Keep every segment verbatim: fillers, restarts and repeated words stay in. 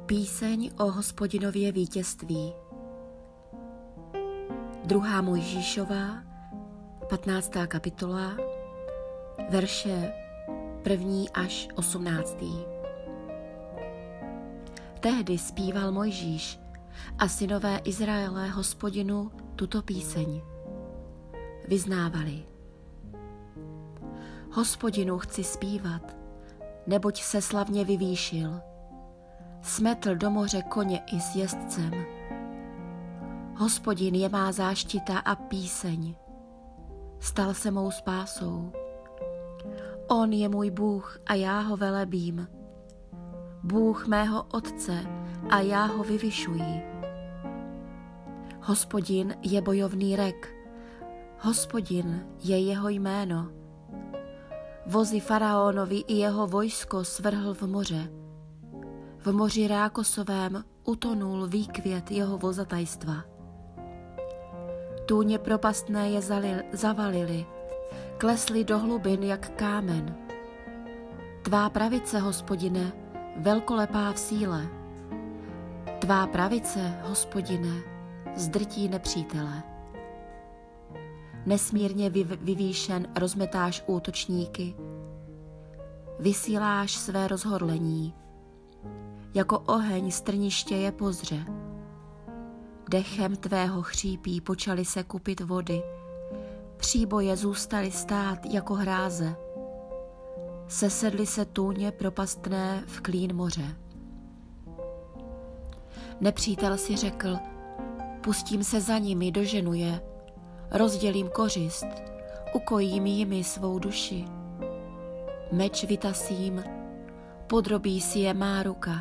Píseň o Hospodinově vítězství. Druhá Mojžíšova, patnáctá kapitola, verše první až osmnáctý. Tehdy zpíval Mojžíš a synové Izraele Hospodinu tuto píseň. Vyznávali: Hospodinu chci zpívat, neboť se slavně vyvýšil. Smetl do moře koně i s jezdcem. Hospodin je má záštita a píseň. Stal se mou spásou. On je můj Bůh a já ho velebím. Bůh mého otce a já ho vyvyšuji. Hospodin je bojovný rek. Hospodin je jeho jméno. Vozy faraonovi i jeho vojsko svrhl v moře. V moři rákosovém utonul výkvět jeho vozatajstva. Tůně propastné je zalil, zavalili, klesli do hlubin jak kámen. Tvá pravice, Hospodine, velkolepá v síle. Tvá pravice, Hospodine, zdrtí nepřítele. Nesmírně vyvýšen rozmetáš útočníky, vysíláš své rozhorlení, jako oheň strniště je pozře. Dechem tvého chřípí počaly se kupit vody, příboje zůstaly stát jako hráze. Sesedly se tůně propastné v klín moře. Nepřítel si řekl: pustím se za nimi, doženu je, rozdělím kořist, ukojím jimi svou duši. Meč vytasím, podrobí si je má ruka.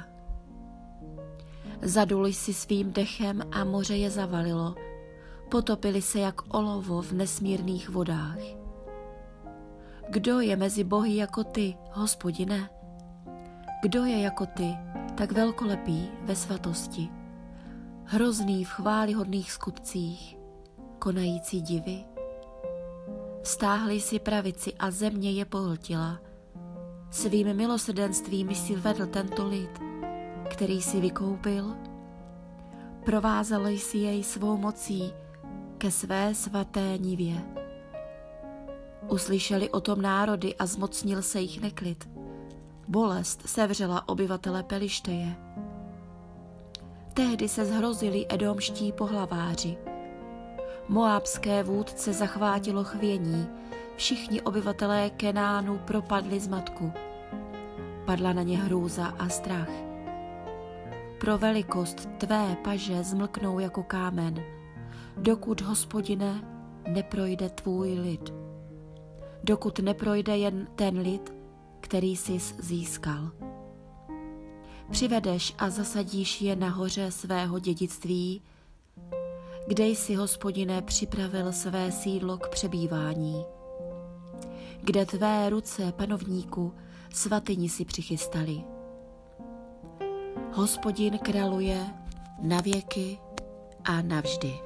Zaduli si svým dechem a moře je zavalilo, potopili se jak olovo v nesmírných vodách. Kdo je mezi bohy jako ty, Hospodine? Kdo je jako ty, tak velkolepý ve svatosti, hrozný v chválihodných skutcích, konající divy? Vztáhli si pravici a země je pohltila. Svým milosrdenstvím si vedl tento lid, který si vykoupil. Provázal jsi jej svou mocí ke své svaté nivě. Uslyšeli o tom národy a zmocnil se jich neklid. Bolest sevřela obyvatele Pelišteje. Tehdy se zhrozili edomští pohlaváři. Moábské vůdce zachvátilo chvění, všichni obyvatelé Kenánu propadli zmatku. Padla na ně hrůza a strach. Pro velikost tvé paže zmlknou jako kámen, dokud, Hospodine, neprojde tvůj lid. Dokud neprojde jen ten lid, který jsi získal. Přivedeš a zasadíš je nahoře svého dědictví, kde jsi, Hospodine, připravil své sídlo k přebývání. Kde tvé ruce, panovníku, svatyni si přichystali. Hospodin králuje na věky a navždy.